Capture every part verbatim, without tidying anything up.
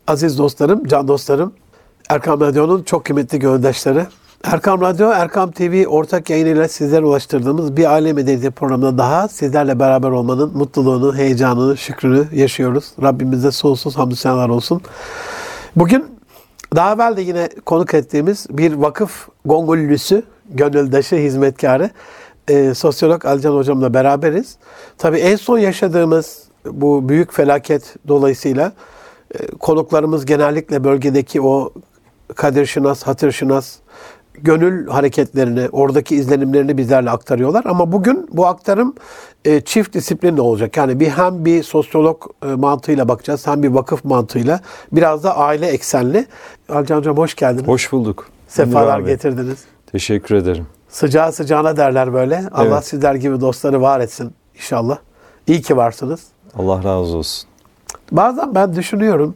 Aziz dostlarım, can dostlarım, Erkam Radyo'nun çok kıymetli gönüldaşları. Erkam Radyo, Erkam T V ortak yayınıyla sizlere ulaştırdığımız bir aile medeniyeti programında daha sizlerle beraber olmanın mutluluğunu, heyecanını, şükrünü yaşıyoruz. Rabbimize sonsuz hamdü senalar olsun. Bugün daha evvel de yine konuk ettiğimiz bir vakıf gongollusu, gönüldaşı, hizmetkarı, e, sosyolog Alican Hocam'la beraberiz. Tabii en son yaşadığımız bu büyük felaket dolayısıyla e, konuklarımız genellikle bölgedeki o kadirşinas, hatırşinas, gönül hareketlerini, oradaki izlenimlerini bizlerle aktarıyorlar. Ama bugün bu aktarım e, çift disiplinle olacak. Yani bir hem bir sosyolog e, mantığıyla bakacağız, hem bir vakıf mantığıyla, biraz da aile eksenli. Alican Hocam hoş geldiniz. Hoş bulduk. Sefalar getirdiniz. Teşekkür ederim. Sıcağı sıcağına derler böyle. Allah Evet. sizler gibi dostları var etsin inşallah. İyi ki varsınız. Allah razı olsun. Bazen ben düşünüyorum,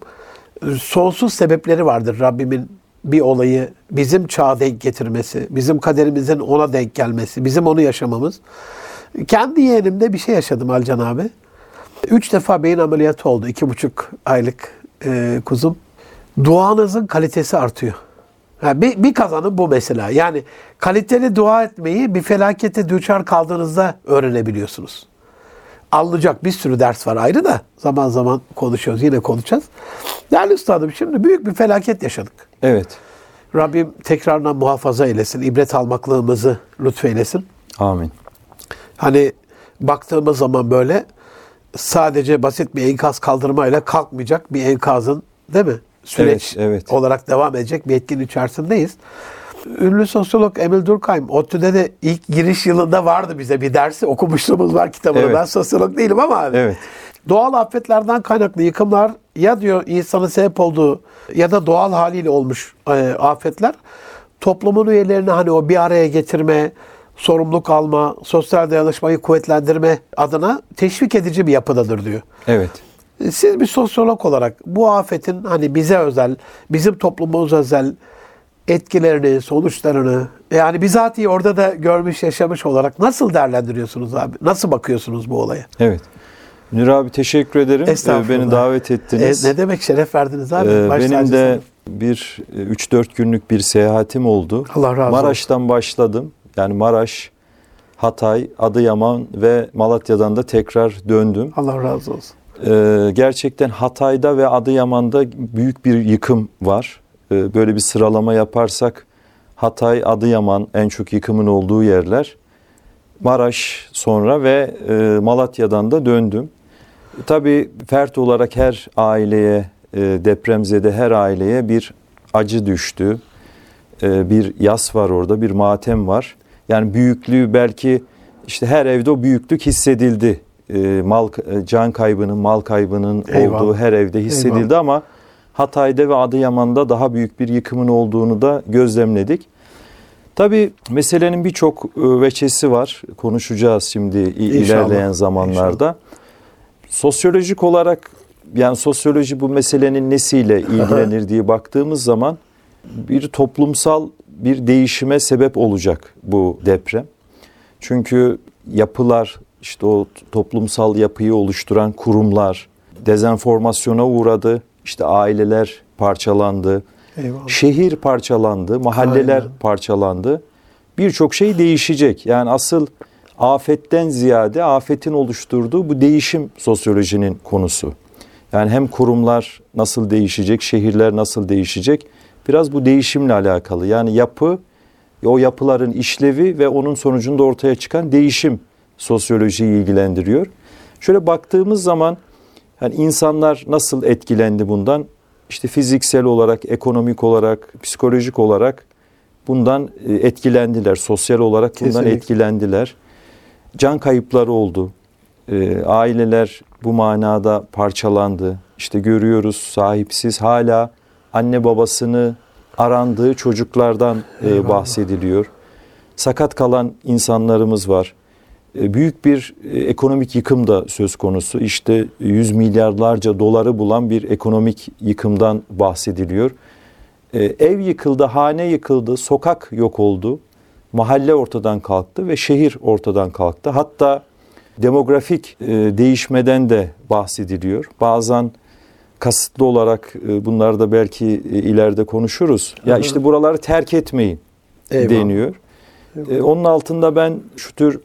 sonsuz sebepleri vardır Rabbimin bir olayı bizim çağa denk getirmesi, bizim kaderimizin ona denk gelmesi, bizim onu yaşamamız. Kendi yeğenimde bir şey yaşadım Alican abi. Üç defa beyin ameliyatı oldu. İki buçuk aylık e, kuzum. Duanızın kalitesi artıyor. Yani bir, bir kazanım bu mesela. Yani kaliteli dua etmeyi bir felakete düçar kaldığınızda öğrenebiliyorsunuz. Alınacak bir sürü ders var ayrı da zaman zaman konuşuyoruz. Yine konuşacağız. Değerli üstadım, şimdi büyük bir felaket yaşadık. Evet. Rabbim tekrardan muhafaza eylesin. İbret almaklığımızı lütfeylesin. Amin. Hani baktığımız zaman böyle sadece basit bir enkaz kaldırmayla kalkmayacak bir enkazın, değil mi? Süreç Evet, evet. olarak devam edecek bir etkinin içerisindeyiz. Ünlü sosyolog Emil Durkheim, ODTÜ'de de ilk giriş yılında vardı bize bir dersi. Okumuşluğumuz var kitabını. Evet. Ben sosyolog değilim ama abi. Evet. Doğal afetlerden kaynaklı yıkımlar ya diyor insanın sebep olduğu ya da doğal haliyle olmuş e, afetler toplumun üyelerini hani o bir araya getirme, sorumluluk alma, sosyal dayanışmayı kuvvetlendirme adına teşvik edici bir yapıdadır diyor. Evet. Siz bir sosyolog olarak bu afetin hani bize özel, bizim toplumumuza özel etkilerini, sonuçlarını, yani bizatihi orada da görmüş, yaşamış olarak nasıl değerlendiriyorsunuz abi? Nasıl bakıyorsunuz bu olaya? Evet. Münir abi teşekkür ederim. Estağfurullah. Beni davet ettiniz. E, ne demek, şeref verdiniz abi. Ee, Baş benim tacı de sana. bir üç dört günlük bir seyahatim oldu. Allah razı olsun. Maraş'tan başladım. Yani Maraş, Hatay, Adıyaman ve Malatya'dan da tekrar döndüm. Allah razı olsun. Ee, gerçekten Hatay'da ve Adıyaman'da büyük bir yıkım var. Ee, böyle bir sıralama yaparsak Hatay, Adıyaman en çok yıkımın olduğu yerler. Maraş sonra ve e, Malatya'dan da döndüm. Tabii fert olarak her aileye, e, depremzede her aileye bir acı düştü. E, bir yas var orada, bir matem var. Yani büyüklüğü belki işte her evde o büyüklük hissedildi. E, mal can kaybının, mal kaybının Eyvallah. olduğu her evde hissedildi. Eyvallah. Ama Hatay'da ve Adıyaman'da daha büyük bir yıkımın olduğunu da gözlemledik. Tabii meselenin birçok veçesi var. Konuşacağız şimdi İnşallah. ilerleyen zamanlarda. İnşallah. Sosyolojik olarak, yani sosyoloji bu meselenin nesiyle ilgilenir diye baktığımız zaman bir toplumsal bir değişime sebep olacak bu deprem. Çünkü yapılar, işte o toplumsal yapıyı oluşturan kurumlar dezenformasyona uğradı. İşte aileler parçalandı. Eyvallah. Şehir parçalandı, mahalleler Aynen. parçalandı. Birçok şey değişecek. Yani asıl afetten ziyade afetin oluşturduğu bu değişim sosyolojinin konusu. Yani hem kurumlar nasıl değişecek, şehirler nasıl değişecek? Biraz bu değişimle alakalı. Yani yapı, o yapıların işlevi ve onun sonucunda ortaya çıkan değişim sosyolojiyi ilgilendiriyor. Şöyle baktığımız zaman yani insanlar nasıl etkilendi bundan? İşte fiziksel olarak, ekonomik olarak, psikolojik olarak bundan etkilendiler. Sosyal olarak bundan Kesinlikle. etkilendiler. Can kayıpları oldu. E, aileler bu manada parçalandı. İşte görüyoruz sahipsiz hala anne babasını arandığı çocuklardan e, bahsediliyor. Sakat kalan insanlarımız var. E, büyük bir e, ekonomik yıkım da söz konusu. İşte yüz milyarlarca doları bulan bir ekonomik yıkımdan bahsediliyor. E, ev yıkıldı, hane yıkıldı, sokak yok oldu. Mahalle ortadan kalktı ve şehir ortadan kalktı. Hatta demografik e, değişmeden de bahsediliyor. Bazen kasıtlı olarak e, bunlar da belki e, ileride konuşuruz. Ya işte buraları terk etmeyin Eyvallah. deniyor. E, onun altında ben şu tür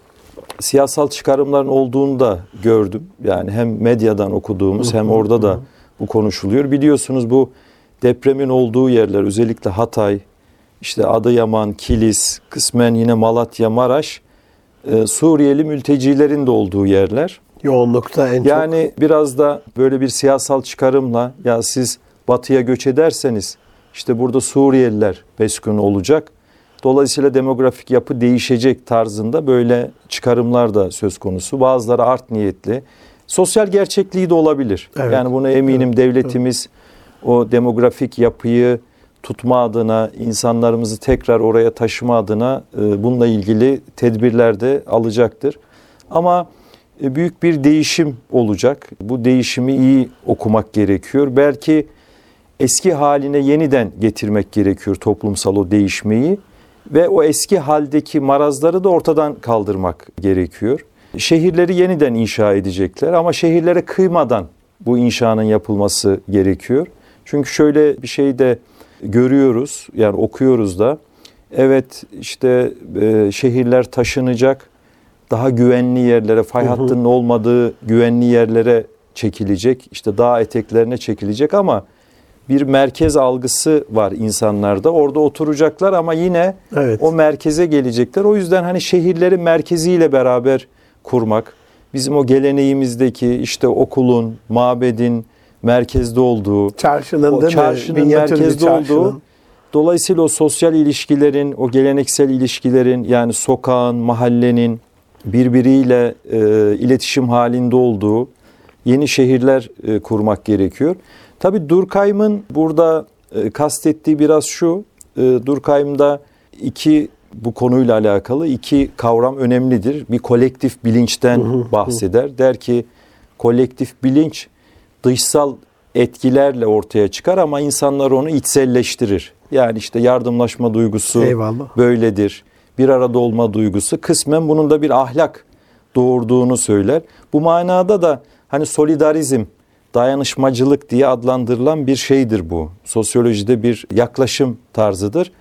siyasal çıkarımların olduğunu da gördüm. Yani hem medyadan okuduğumuz hem orada da bu konuşuluyor. Biliyorsunuz bu depremin olduğu yerler, özellikle Hatay, işte Adıyaman, Kilis, kısmen yine Malatya, Maraş, e, Suriyeli mültecilerin de olduğu yerler. Yoğunlukta en Yani çok. Biraz da böyle bir siyasal çıkarımla, ya siz batıya göç ederseniz işte burada Suriyeliler meskun olacak. Dolayısıyla demografik yapı değişecek tarzında böyle çıkarımlar da söz konusu. Bazıları art niyetli. Sosyal gerçekliği de olabilir. Evet. Yani buna eminim evet. devletimiz evet. o demografik yapıyı tutma adına, insanlarımızı tekrar oraya taşıma adına e, bununla ilgili tedbirler de alacaktır. Ama e, büyük bir değişim olacak. Bu değişimi iyi okumak gerekiyor. Belki eski haline yeniden getirmek gerekiyor toplumsal o değişmeyi. Ve o eski haldeki marazları da ortadan kaldırmak gerekiyor. Şehirleri yeniden inşa edecekler ama şehirlere kıymadan bu inşanın yapılması gerekiyor. Çünkü şöyle bir şey de görüyoruz, yani okuyoruz da. Evet, işte e, şehirler taşınacak, daha güvenli yerlere, fay hattının olmadığı güvenli yerlere çekilecek, işte dağ eteklerine çekilecek ama bir merkez algısı var insanlarda. Orada oturacaklar ama yine evet. o merkeze gelecekler. O yüzden hani şehirleri merkeziyle beraber kurmak, bizim o geleneğimizdeki işte okulun, mabedin merkezde olduğu, çarşının, o çarşının merkezde olduğu, dolayısıyla o sosyal ilişkilerin, o geleneksel ilişkilerin, yani sokağın, mahallenin birbiriyle e, iletişim halinde olduğu yeni şehirler e, kurmak gerekiyor. Tabii Durkheim'ın burada e, kastettiği biraz şu, e, Durkheim'da iki bu konuyla alakalı iki kavram önemlidir. Bir kolektif bilinçten hı hı, bahseder. Hı. Der ki kolektif bilinç dışsal etkilerle ortaya çıkar ama insanlar onu içselleştirir. Yani işte yardımlaşma duygusu Eyvallah. böyledir. Bir arada olma duygusu kısmen bunun da bir ahlak doğurduğunu söyler. Bu manada da hani solidarizm, dayanışmacılık diye adlandırılan bir şeydir bu. Sosyolojide bir yaklaşım tarzıdır.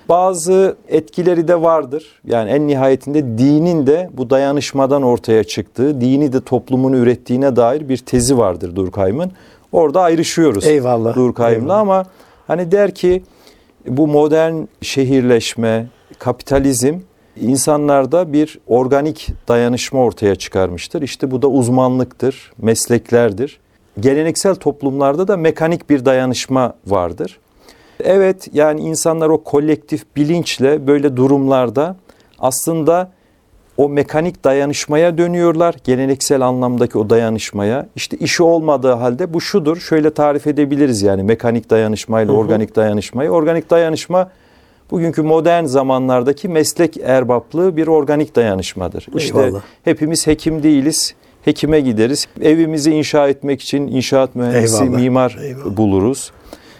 Bazı etkileri de vardır. Yani en nihayetinde dinin de bu dayanışmadan ortaya çıktığı, dini de toplumun ürettiğine dair bir tezi vardır Durkheim'ın. Orada ayrışıyoruz Eyvallah. Durkheim'la Eyvallah. Ama hani der ki bu modern şehirleşme, kapitalizm insanlarda bir organik dayanışma ortaya çıkarmıştır. İşte bu da uzmanlıktır, mesleklerdir. Geleneksel toplumlarda da mekanik bir dayanışma vardır. Evet, yani insanlar o kolektif bilinçle böyle durumlarda aslında o mekanik dayanışmaya dönüyorlar. Geleneksel anlamdaki o dayanışmaya. İşte işi olmadığı halde bu şudur. Şöyle tarif edebiliriz yani mekanik dayanışmayla hı hı. organik dayanışmayı. Organik dayanışma bugünkü modern zamanlardaki meslek erbaplığı bir organik dayanışmadır. Eyvallah. İşte hepimiz hekim değiliz. Hekime gideriz. Evimizi inşa etmek için inşaat mühendisi, Eyvallah. mimar Eyvallah. buluruz.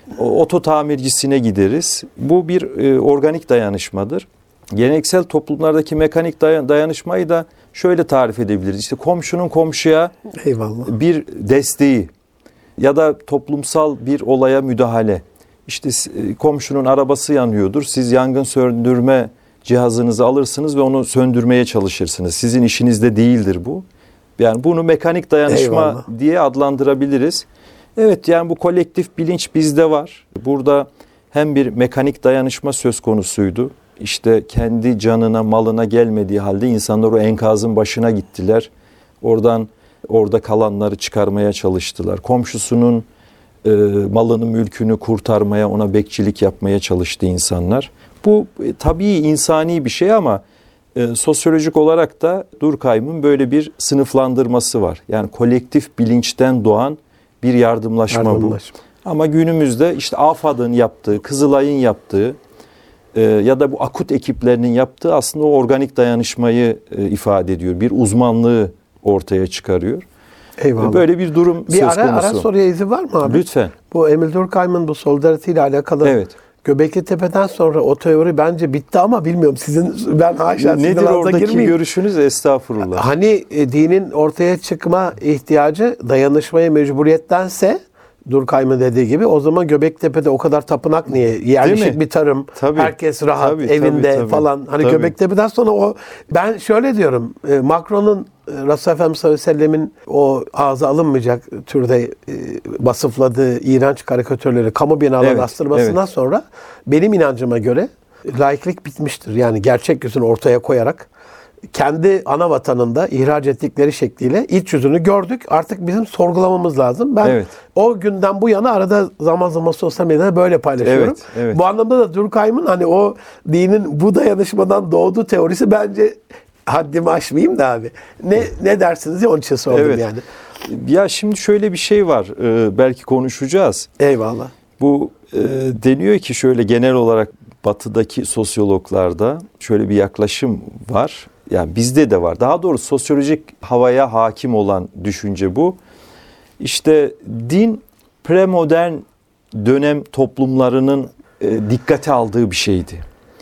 Oto tamircisine gideriz. Bu bir e, organik dayanışmadır. Geleneksel toplumlardaki mekanik dayanışmayı da şöyle tarif edebiliriz. İşte komşunun komşuya Eyvallah. bir desteği ya da toplumsal bir olaya müdahale. İşte komşunun arabası yanıyordur. Siz yangın söndürme cihazınızı alırsınız ve onu söndürmeye çalışırsınız. Sizin işinizde değildir bu. Yani bunu mekanik dayanışma Eyvallah. diye adlandırabiliriz. Evet, yani bu kolektif bilinç bizde var. Burada hem bir mekanik dayanışma söz konusuydu. İşte kendi canına, malına gelmediği halde insanlar o enkazın başına gittiler. Oradan orada kalanları çıkarmaya çalıştılar. Komşusunun e, malını, mülkünü kurtarmaya, ona bekçilik yapmaya çalıştı insanlar. Bu e, tabii insani bir şey ama e, sosyolojik olarak da Durkheim'in böyle bir sınıflandırması var. Yani kolektif bilinçten doğan bir yardımlaşma, yardımlaşma bu. Ama günümüzde işte AFAD'ın yaptığı, Kızılay'ın yaptığı e, ya da bu akut ekiplerinin yaptığı aslında o organik dayanışmayı e, ifade ediyor. Bir uzmanlığı ortaya çıkarıyor. Eyvallah. Böyle bir durum bir söz ara, konusu. Ara soruya izin var mı abi? Lütfen. Bu Emil Durkheim'in bu solidarity ile alakalı evet. Göbekli Tepe'den sonra o teori bence bitti ama bilmiyorum sizin ben haşa sizin nedir oradaki girmeyeyim. görüşünüz? Estağfurullah. Hani e, dinin ortaya çıkma ihtiyacı dayanışmaya mecburiyettense Durkheim'ın dediği gibi, o zaman Göbektepe'de o kadar tapınak niye? Yerleşik bir tarım, Tabii. herkes rahat, Tabii, evinde tabii, tabii. falan. Hani Tabii. Göbektepe'den sonra o, ben şöyle diyorum, e, Macron'un e, Resulullah Efendimiz sallallahu aleyhi ve sellemin o ağza alınmayacak türde e, vasıfladığı iğrenç karikatürleri kamu binalarına Evet, astırmasından evet. sonra benim inancıma göre laiklik bitmiştir. Yani gerçek yüzünü ortaya koyarak kendi ana vatanında ihraç ettikleri şekliyle iç yüzünü gördük. Artık bizim sorgulamamız lazım. Ben Evet. o günden bu yana arada zaman zaman sosyal medyada böyle paylaşıyorum. Evet, evet. Bu anlamda da Durkheim'in hani o dinin bu dayanışmadan doğduğu teorisi bence, haddimi aşmayayım da abi. Ne ne dersiniz ya, onun için sordum Evet. yani. Ya şimdi şöyle bir şey var. Ee, belki konuşacağız. Eyvallah. Bu e, deniyor ki şöyle genel olarak batıdaki sosyologlarda şöyle bir yaklaşım var. Yani bizde de var. Daha doğrusu sosyolojik havaya hakim olan düşünce bu. İşte din premodern dönem toplumlarının e, dikkate aldığı bir şeydi.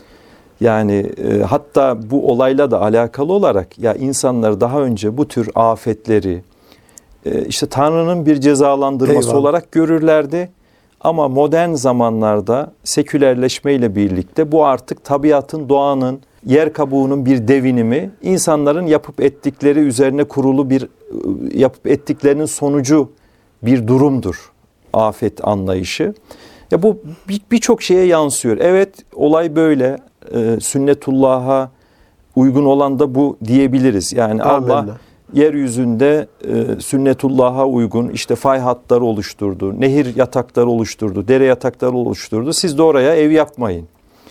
Yani e, hatta bu olayla da alakalı olarak ya insanlar daha önce bu tür afetleri e, işte Tanrı'nın bir cezalandırması Eyvallah. olarak görürlerdi. Ama modern zamanlarda sekülerleşmeyle birlikte bu artık tabiatın, doğanın, yer kabuğunun bir devinimi, insanların yapıp ettikleri üzerine kurulu bir yapıp ettiklerinin sonucu bir durumdur afet anlayışı. Ya bu birçok şeye yansıyor. Evet, olay böyle. Ee, sünnetullah'a uygun olan da bu diyebiliriz. Yani Amenna. Allah yeryüzünde e, sünnetullah'a uygun işte fay hatları oluşturdu, nehir yatakları oluşturdu, dere yatakları oluşturdu. Siz de oraya ev yapmayın.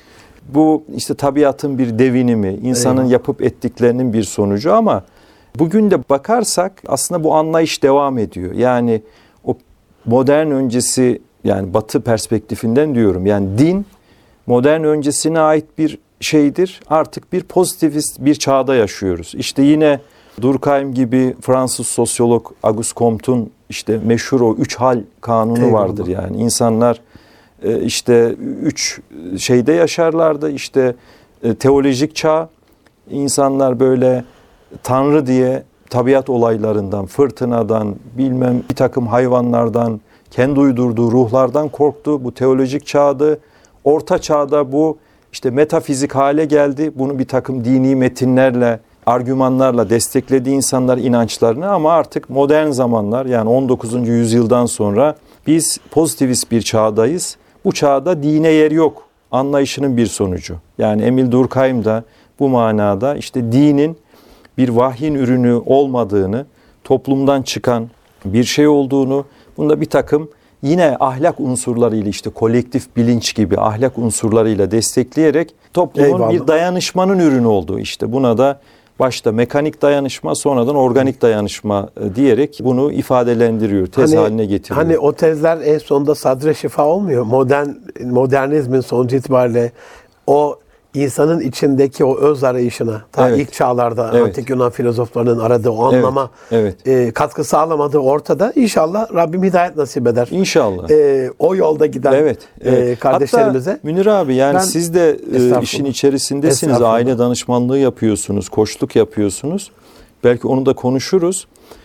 Bu işte tabiatın bir devinimi, insanın Eyvallah. yapıp ettiklerinin bir sonucu ama bugün de bakarsak aslında bu anlayış devam ediyor. Yani o modern öncesi, yani Batı perspektifinden diyorum. Yani din modern öncesine ait bir şeydir. Artık bir pozitivist bir çağda yaşıyoruz. İşte yine Durkheim gibi Fransız sosyolog Auguste Comte'un işte meşhur o üç hal kanunu Eyvallah. vardır yani. İnsanlar e, işte üç şeyde yaşarlardı. İşte e, teolojik çağ, insanlar böyle Tanrı diye tabiat olaylarından, fırtınadan, bilmem bir takım hayvanlardan, kendi uydurduğu ruhlardan korktu. Bu teolojik çağdı. Orta çağda bu işte metafizik hale geldi. Bunu bir takım dini metinlerle, argümanlarla destekledi insanlar inançlarını ama artık modern zamanlar, yani on dokuzuncu yüzyıldan sonra biz pozitivist bir çağdayız. Bu çağda dine yer yok anlayışının bir sonucu. Yani Emil Durkheim da bu manada işte dinin bir vahyin ürünü olmadığını, toplumdan çıkan bir şey olduğunu, bunda bir takım yine ahlak unsurlarıyla, işte kolektif bilinç gibi ahlak unsurlarıyla destekleyerek toplumun Eyvallah. bir dayanışmanın ürünü olduğu, işte buna da başta mekanik dayanışma, sonradan organik dayanışma diyerek bunu ifadelendiriyor, tez Hani- haline getiriyor. Hani o tezler en sonunda sadre şifa olmuyor. Modern modernizmin sonucu itibariyle o insanın içindeki o öz arayışına, ta Evet. ilk çağlarda Evet. antik Yunan filozoflarının aradığı o anlama evet. e, katkı sağlamadığı ortada. İnşallah Rabbim hidayet nasip eder. İnşallah. E, o yolda giden Evet, e, evet. kardeşlerimize. Hatta Münir abi, yani Ben- siz de e, Estağfurullah. işin içerisindesiniz. Estağfurullah. Aile danışmanlığı yapıyorsunuz, koçluk yapıyorsunuz. Belki onu da konuşuruz.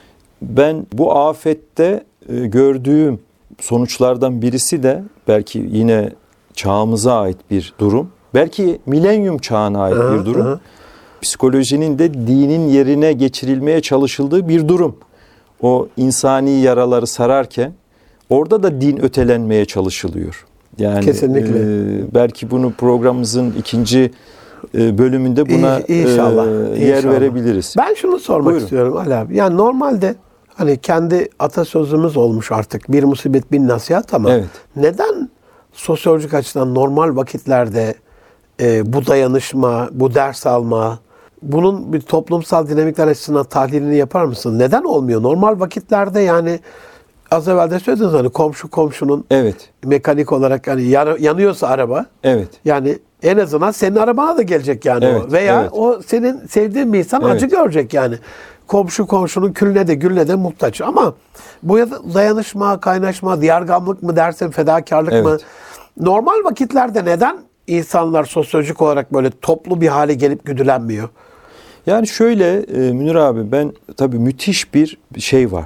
Ben bu afette e, gördüğüm sonuçlardan birisi de belki yine çağımıza ait bir durum. Belki milenyum çağına ait Aha, bir durum. aha. Psikolojinin de dinin yerine geçirilmeye çalışıldığı bir durum. O insani yaraları sararken orada da din ötelenmeye çalışılıyor. Yani Kesinlikle. e, belki bunu programımızın ikinci e, bölümünde buna İ- inşallah, e, yer inşallah. verebiliriz. Ben şunu sormak Buyurun. istiyorum Ali abi. Yani normalde hani kendi atasözümüz olmuş artık. Bir musibet bin nasihat ama Evet. neden sosyolojik açıdan normal vakitlerde e, bu dayanışma, bu ders alma, bunun bir toplumsal dinamikler açısından tahlilini yapar mısın? Neden olmuyor? Normal vakitlerde yani az evvel de söylediniz hani komşu komşunun Evet. mekanik olarak hani yan- yanıyorsa araba, Evet. yani en azından senin arabana da gelecek yani Evet, o. Veya evet. o senin sevdiğin bir insan Evet. acı görecek yani. Komşu komşunun külüne de gülüne de muhtaç. Ama bu ya da dayanışma, kaynaşma, diyargamlık mı dersin, fedakarlık mı? Evet. Normal vakitlerde neden insanlar sosyolojik olarak böyle toplu bir hale gelip güdülenmiyor? Yani şöyle e, Münir abi, ben tabii müthiş bir şey var.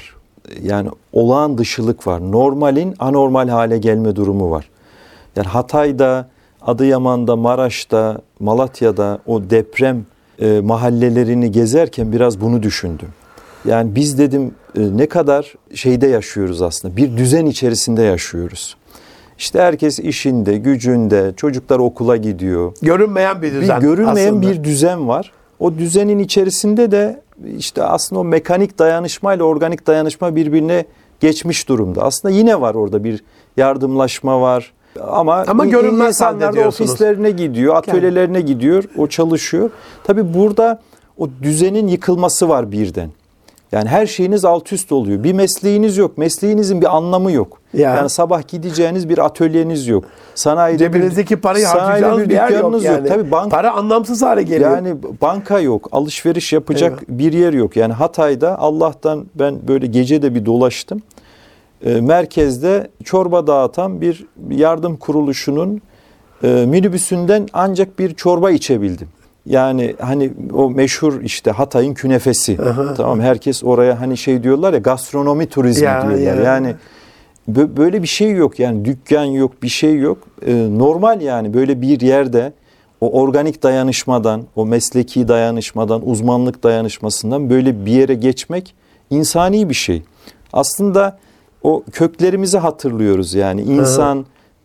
yani olağan dışılık var. Normalin anormal hale gelme durumu var. Yani Hatay'da, Adıyaman'da, Maraş'ta, Malatya'da o deprem e, mahallelerini gezerken biraz bunu düşündüm. Yani biz dedim e, ne kadar şeyde yaşıyoruz aslında. Bir düzen içerisinde yaşıyoruz. İşte herkes işinde, gücünde, çocuklar okula gidiyor. Görünmeyen bir düzen. Bir görünmeyen aslında. bir düzen var. O düzenin içerisinde de işte aslında o mekanik dayanışma ile organik dayanışma birbirine geçmiş durumda. Aslında yine var orada bir yardımlaşma var. Ama, Ama görünmez insanlar halde da diyorsunuz. ofislerine gidiyor, atölyelerine gidiyor, o çalışıyor. Tabii burada o düzenin yıkılması var birden. Yani her şeyiniz alt üst oluyor. Bir mesleğiniz yok. Mesleğinizin bir anlamı yok. Ya. Yani sabah gideceğiniz bir atölyeniz yok. Sanayide Cebinizdeki bir, parayı sanayide harcayacağınız bir yer yok. dükkanınız Yani. Tabii bank, para anlamsız hale geliyor. yani banka yok. Alışveriş yapacak Evet. bir yer yok. Yani Hatay'da Allah'tan ben böyle gece de bir dolaştım. E, merkezde çorba dağıtan bir yardım kuruluşunun e, minibüsünden ancak bir çorba içebildim. Yani hani o meşhur işte Hatay'ın künefesi. Aha. Tamam, herkes oraya hani şey diyorlar ya, gastronomi turizmi Ya, diyorlar. ya. Yani bö- böyle bir şey yok. Yani dükkan yok, bir şey yok. Ee, normal yani böyle bir yerde o organik dayanışmadan, o mesleki dayanışmadan, uzmanlık dayanışmasından böyle bir yere geçmek insani bir şey. Aslında o köklerimizi hatırlıyoruz yani. İnsan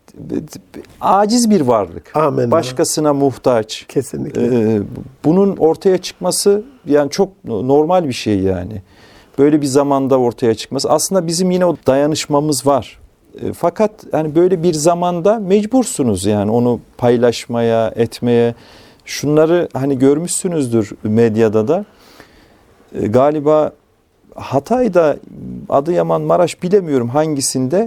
aciz bir varlık. Amin. Başkasına muhtaç. Kesinlikle. Ee, bunun ortaya çıkması yani çok normal bir şey yani. Böyle bir zamanda ortaya çıkması. Aslında bizim yine o dayanışmamız var. E, fakat hani böyle bir zamanda mecbursunuz yani onu paylaşmaya, etmeye. Şunları hani görmüşsünüzdür medyada da. E, galiba Hatay'da, Adıyaman, Maraş bilemiyorum hangisinde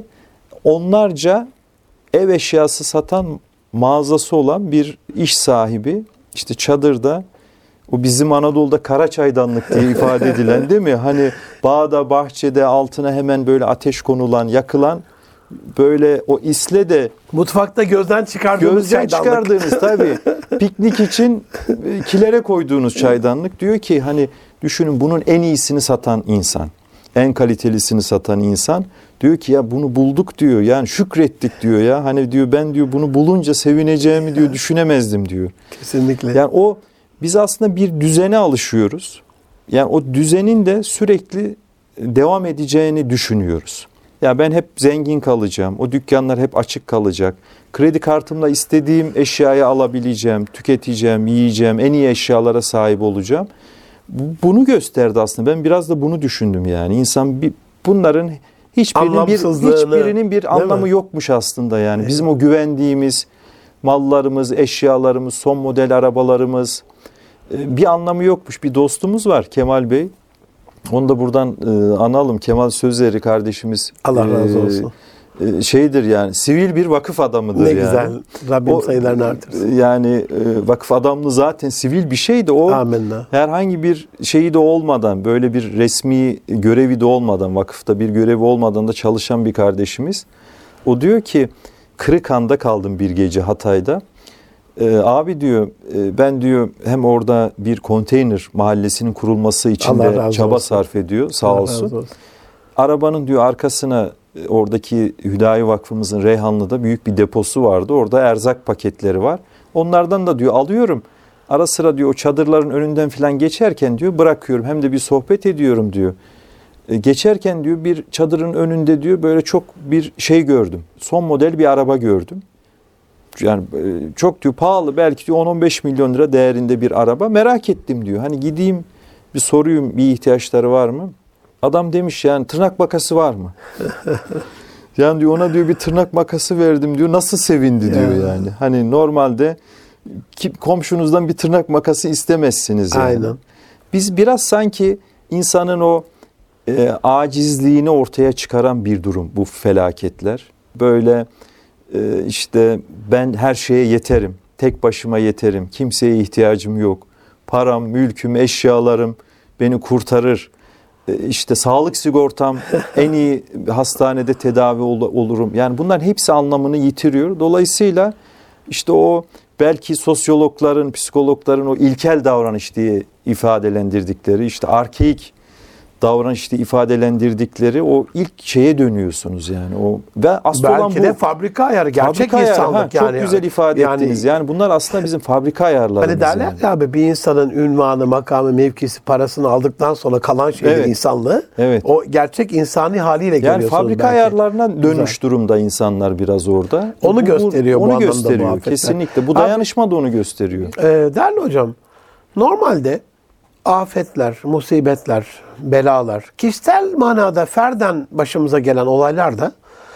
onlarca ev eşyası satan mağazası olan bir iş sahibi işte çadırda, o bizim Anadolu'da kara çaydanlık diye ifade edilen değil mi? Hani bağda, bahçede altına hemen böyle ateş konulan, yakılan, böyle o isle de Mutfakta gözden çıkardığımız gözden çaydanlık. çıkardığınız tabii piknik için e, kilere koyduğunuz çaydanlık. Diyor ki hani düşünün, bunun en iyisini satan insan, en kalitelisini satan insan diyor ki ya bunu bulduk diyor, yani şükrettik diyor ya, hani diyor ben diyor bunu bulunca sevineceğimi diyor düşünemezdim diyor. Kesinlikle. Yani o, biz aslında bir düzene alışıyoruz. Yani o düzenin de sürekli devam edeceğini düşünüyoruz. Ya ben hep zengin kalacağım, o dükkanlar hep açık kalacak, kredi kartımla istediğim eşyayı alabileceğim, tüketeceğim, yiyeceğim, en iyi eşyalara sahip olacağım. Bunu gösterdi aslında. Ben biraz da bunu düşündüm yani. İnsan bir, bunların hiçbirinin bir hiçbirinin bir anlamı yokmuş aslında yani. Evet. Bizim o güvendiğimiz mallarımız, eşyalarımız, son model arabalarımız bir anlamı yokmuş. Bir dostumuz var, Kemal Bey. Onu da buradan e, analım. Kemal Sözleri kardeşimiz. Allah razı olsun. E, şeydir yani, sivil bir vakıf adamıdır ne yani. güzel. Rabbim o, sayılarını artırsın. Yani e, vakıf adamlığı zaten sivil bir şeydi. O Amenna. herhangi bir şeyi de olmadan, böyle bir resmi görevi de olmadan, vakıfta bir görevi olmadan da çalışan bir kardeşimiz. O diyor ki, Kırıkhan'da kaldım bir gece Hatay'da. Ee, abi diyor, e, ben diyor hem orada bir konteyner mahallesinin kurulması için de çaba olsun. sarf ediyor sağ Allah olsun. olsun. Arabanın diyor arkasına, e, oradaki Hüdayi Vakfımızın Reyhanlı'da büyük bir deposu vardı. Orada erzak paketleri var. Onlardan da diyor alıyorum. Ara sıra diyor o çadırların önünden falan geçerken diyor bırakıyorum. Hem de bir sohbet ediyorum diyor. E, geçerken diyor bir çadırın önünde diyor böyle çok bir şey gördüm. Son model bir araba gördüm. Yani çok diyor pahalı, belki diyor on on beş milyon lira değerinde bir araba. Merak ettim diyor. Hani gideyim bir soruyum, bir ihtiyaçları var mı? Adam demiş yani tırnak makası var mı? Yani diyor ona diyor bir tırnak makası verdim diyor. Nasıl sevindi diyor yani. Hani normalde komşunuzdan bir tırnak makası istemezsiniz yani. Aynen. Biz biraz sanki insanın o e, acizliğini ortaya çıkaran bir durum bu felaketler. Böyle e, işte ben her şeye yeterim, tek başıma yeterim, kimseye ihtiyacım yok. Param, mülküm, eşyalarım beni kurtarır. E, işte sağlık sigortam, en iyi hastanede tedavi ol, olurum. Yani bunların hepsi anlamını yitiriyor. Dolayısıyla işte o belki sosyologların, psikologların o ilkel davranış diye ifadelendirdikleri işte arkeik davranışta ifadelendirdikleri o ilk şeye dönüyorsunuz yani. O ve aslında olan Belki bu de fabrika ayarı, gerçek fabrika ayarı, insanlık ha, yani. Çok güzel ifade yani, ettiniz. Yani bunlar aslında bizim fabrika ayarlarımız. Hani derler yani. ya abi, bir insanın ünvanı, makamı, mevkisi, parasını aldıktan sonra kalan şeydir Evet. insanlığı. Evet. O gerçek insani haliyle Yani görüyorsunuz fabrika belki. ayarlarına dönmüş Güzel. durumda insanlar biraz orada. Onu Bu- gösteriyor bu Onu anlamda gösteriyor muhabbetler. kesinlikle. Bu Abi- dayanışma da onu gösteriyor. Ee, değerli hocam, normalde afetler, musibetler, belalar, kişisel manada ferden başımıza gelen olaylarda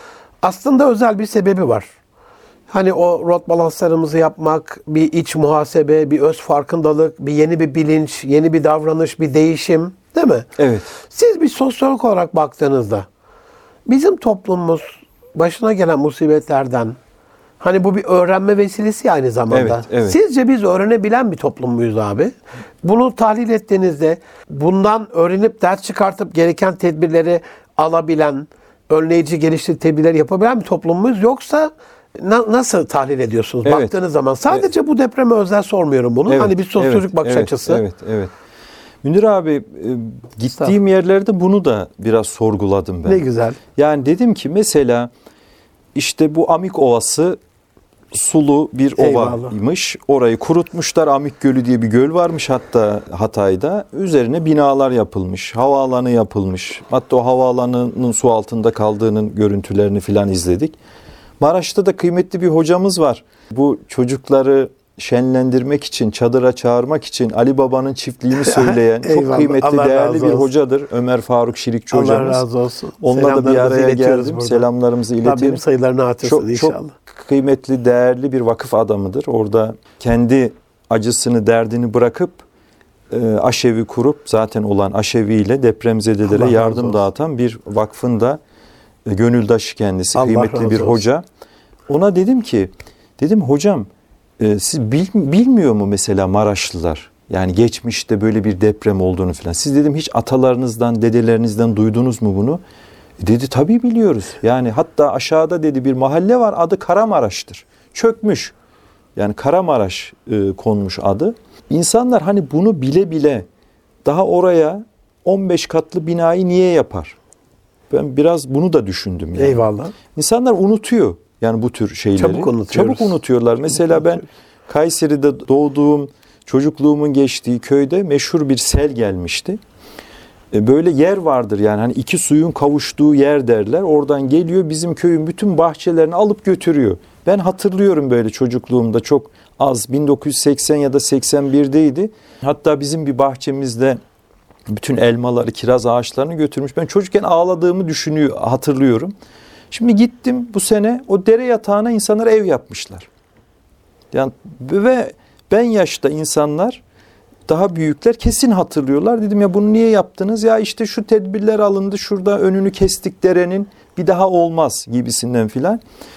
aslında özel bir sebebi var. Hani o rot balanslarımızı yapmak, bir iç muhasebe, bir öz farkındalık, bir yeni bir bilinç, yeni bir davranış, bir değişim, değil mi? Evet. Siz bir sosyolog olarak baktığınızda bizim toplumumuz başına gelen musibetlerden, hani bu bir öğrenme vesilesi aynı zamanda. Evet, evet. Sizce biz öğrenebilen bir toplum muyuz abi? Bunu tahlil ettiğinizde bundan öğrenip ders çıkartıp gereken tedbirleri alabilen, önleyici, geliştirici tedbirleri yapabilen bir toplum muyuz? Yoksa na- nasıl tahlil ediyorsunuz Evet. baktığınız zaman? Sadece bu depreme özel sormuyorum bunu. Evet, Hani bir sosyolojik evet, bakış evet, açısı. Evet, evet. Münir abi, e, gittiğim yerlerde bunu da biraz sorguladım ben. Ne güzel. Yani dedim ki mesela işte bu Amik Ovası sulu bir Eyvallah. ovaymış. Orayı kurutmuşlar. Amik Gölü diye bir göl varmış hatta Hatay'da. Üzerine binalar yapılmış. Havaalanı yapılmış. Hatta o havaalanının su altında kaldığının görüntülerini filan izledik. Maraş'ta da kıymetli bir hocamız var. Bu çocukları şenlendirmek için, çadıra çağırmak için Ali Baba'nın çiftliğini söyleyen çok Eyvallah. kıymetli, Allah değerli razı bir olsun. hocadır. Ömer Faruk Şirikçi Allah hocamız. razı olsun. Onunla da bir Selamlarımızı araya iletiyoruz geldim. buradan. Selamlarımızı Rabbim iletiyorum. sayılarını artırsın Çok, inşallah. çok kıymetli, değerli bir vakıf adamıdır. Orada kendi acısını, derdini bırakıp e, aşevi kurup zaten olan aşeviyle depremzedelere Allah razı yardım olsun. dağıtan bir vakfın da e, gönüldaşı kendisi. Allah Kıymetli razı bir olsun. hoca. Ona dedim ki, dedim hocam e, siz bil, bilmiyor mu mesela Maraşlılar? Yani geçmişte böyle bir deprem olduğunu falan. Siz dedim hiç atalarınızdan, dedelerinizden duydunuz mu bunu? E, dedi tabii biliyoruz. Yani hatta aşağıda dedi bir mahalle var, adı Karamaraş'tır. Çökmüş. Yani Karamaraş e, konmuş adı. İnsanlar hani bunu bile bile daha oraya on beş katlı binayı niye yapar? Ben biraz bunu da düşündüm. Yani. Eyvallah. İnsanlar unutuyor yani bu tür şeyleri. Çabuk unutuyoruz. Çabuk unutuyorlar. Mesela ben Kayseri'de doğduğum, çocukluğumun geçtiği köyde meşhur bir sel gelmişti. Böyle yer vardır yani hani iki suyun kavuştuğu yer derler. Oradan geliyor bizim köyün bütün bahçelerini alıp götürüyor. Ben hatırlıyorum böyle çocukluğumda çok az bin dokuz yüz seksen ya da seksen birdeydi. Hatta bizim bir bahçemizde bütün elmaları, kiraz ağaçlarını götürmüş. Ben çocukken ağladığımı düşünüyor, hatırlıyorum. Şimdi gittim bu sene o dere yatağına insanlar ev yapmışlar. Yani ve ben yaşta insanlar daha büyükler kesin hatırlıyorlar. Dedim ya bunu niye yaptınız? Ya işte şu tedbirler alındı, şurada önünü kestik derenin, bir daha olmaz gibisinden filan.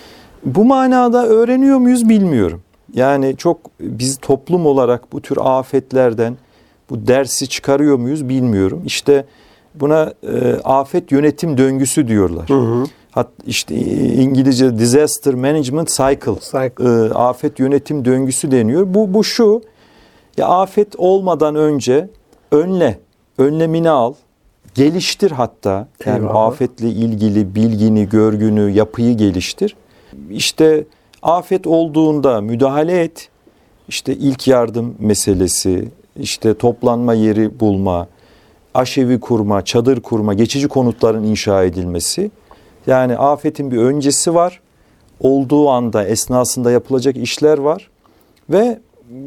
Bu manada öğreniyor muyuz bilmiyorum. Yani çok biz toplum olarak bu tür afetlerden bu dersi çıkarıyor muyuz bilmiyorum. İşte buna e, afet yönetim döngüsü diyorlar. Hı hı. Hat, işte İngilizce disaster management cycle, cycle. E, afet yönetim döngüsü deniyor. Bu, bu şu, ya afet olmadan önce önle, önlemini al, geliştir hatta. Yani Eyvallah. afetle ilgili bilgini, görgünü, yapıyı geliştir. İşte afet olduğunda müdahale et. İşte ilk yardım meselesi, işte toplanma yeri bulma, aşevi kurma, çadır kurma, geçici konutların inşa edilmesi. Yani afetin bir öncesi var. Olduğu anda, esnasında yapılacak işler var. Ve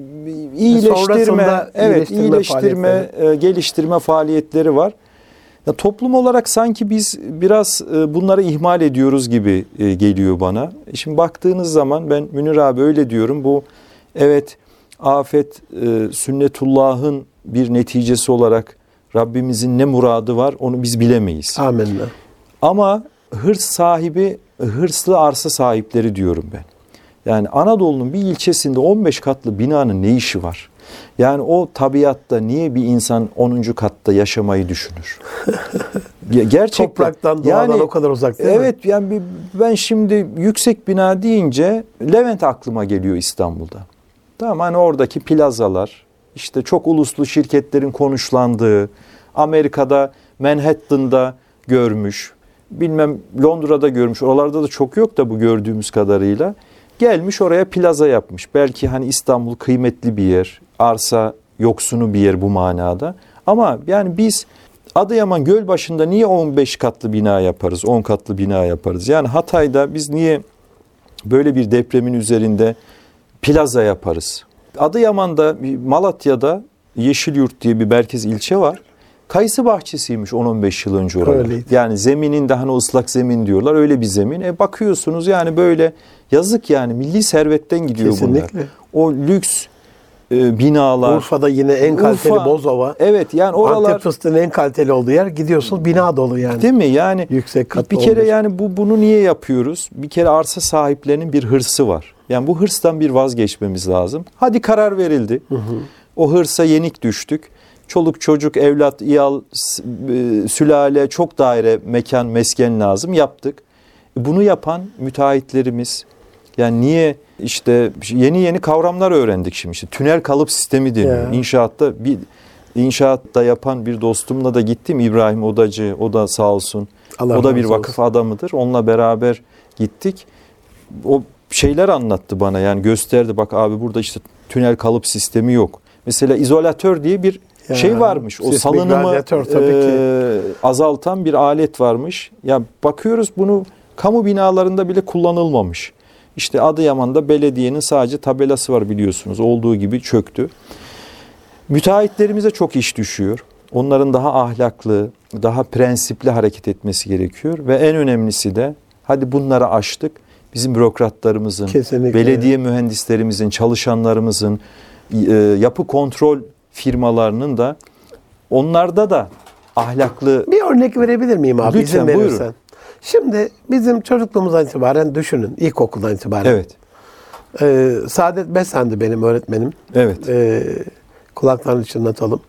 iyileştirme, evet, iyileştirme, iyileştirme, e, geliştirme faaliyetleri var. Ya toplum olarak sanki biz biraz e, bunları ihmal ediyoruz gibi e, geliyor bana. Şimdi baktığınız zaman ben Münir abi öyle diyorum. Bu evet afet e, sünnetullah'ın bir neticesi olarak Rabbimizin ne muradı var onu biz bilemeyiz. Amenna. Ama hırs sahibi, hırslı arsa sahipleri diyorum ben. Yani Anadolu'nun bir ilçesinde on beş katlı binanın ne işi var? Yani o tabiatta niye bir insan onuncu katta yaşamayı düşünür? Gerçekten. Topraktan, doğadan yani, o kadar uzak değil evet, mi? yani ben şimdi yüksek bina deyince Levent aklıma geliyor İstanbul'da. Tamam, hani oradaki plazalar, işte çok uluslu şirketlerin konuşlandığı, Amerika'da Manhattan'da görmüş. Bilmem Londra'da görmüş. Oralarda da çok yok da bu gördüğümüz kadarıyla. Gelmiş oraya plaza yapmış. Belki hani İstanbul kıymetli bir yer. Arsa yoksunu bir yer bu manada. Ama yani biz Adıyaman Gölbaşı'nda niye on beş katlı bina yaparız? on katlı bina yaparız? Yani Hatay'da biz niye böyle bir depremin üzerinde plaza yaparız? Adıyaman'da, Malatya'da Yeşilyurt diye bir merkez ilçe var. Kayısı bahçesiymiş on on beş yıl önce orada. Öyleydi. Yani zeminin de hani ıslak zemin diyorlar. Öyle bir zemin. E bakıyorsunuz yani böyle yazık yani milli servetten gidiyor Kesinlikle. bunlar. O lüks e, binalar. Urfa'da yine en kaliteli Urfa, Bozova. Evet yani oralar. Antep fıstığının en kaliteli olduğu yer. Gidiyorsunuz bina dolu yani. Değil mi? Yani Yüksek katlı bir kere olmuş. yani bu bunu niye yapıyoruz? Bir kere arsa sahiplerinin bir hırsı var. Yani bu hırstan bir vazgeçmemiz lazım. Hadi karar verildi. Hı hı. O hırsa yenik düştük. Çoluk çocuk, evlat, iyal, sülale, çok daire, mekan, mesken lazım yaptık. Bunu yapan müteahhitlerimiz, yani niye işte yeni yeni kavramlar öğrendik şimdi. İşte tünel kalıp sistemi deniyor. Ya. İnşaatta bir inşaatta yapan bir dostumla da gittim, İbrahim Odacı, o da sağ olsun. Allah o da bir razı vakıf olsun. adamıdır. Onunla beraber gittik. O şeyler anlattı bana, yani gösterdi, bak abi burada işte tünel kalıp sistemi yok. Mesela izolatör diye bir Ya, şey varmış. O sismik salınımı radyatör tabii ki. e, azaltan bir alet varmış. Ya bakıyoruz bunu kamu binalarında bile kullanılmamış. İşte Adıyaman'da belediyenin sadece tabelası var biliyorsunuz. Olduğu gibi çöktü. Müteahhitlerimize çok iş düşüyor. Onların daha ahlaklı, daha prensipli hareket etmesi gerekiyor. Ve en önemlisi de hadi bunları aştık. Bizim bürokratlarımızın, Kesinlikle. belediye mühendislerimizin, çalışanlarımızın, e, yapı kontrol firmalarının da onlarda da ahlaklı. Bir örnek verebilir miyim abi? Lütfen, İzin verirsen. buyurun. Şimdi bizim çocukluğumuzdan itibaren düşünün. İlkokuldan itibaren. Evet. Ee, Saadet Besen'di benim öğretmenim. Evet. Ee, kulaklarını çınlatalım.